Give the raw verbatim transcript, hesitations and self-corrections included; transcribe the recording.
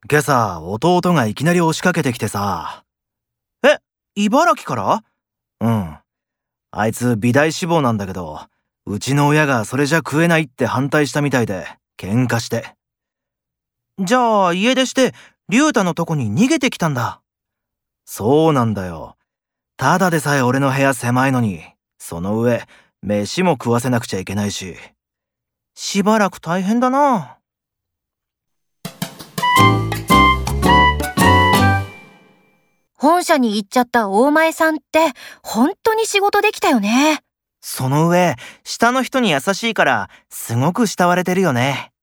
今朝、弟がいきなり押しかけてきてさ。 え、茨城から？ うん。あいつ美大志望なんだけど、うちの親がそれじゃ食えないって反対したみたいで、喧嘩して。 じゃあ家出して、龍太のとこに逃げてきたんだ。 そうなんだよ。ただでさえ俺の部屋狭いのに、その上、飯も食わせなくちゃいけないし。 しばらく大変だな。 本社に行っちゃった大前さんって本当に仕事できたよね。 その上、下の人に優しいからすごく慕われてるよね。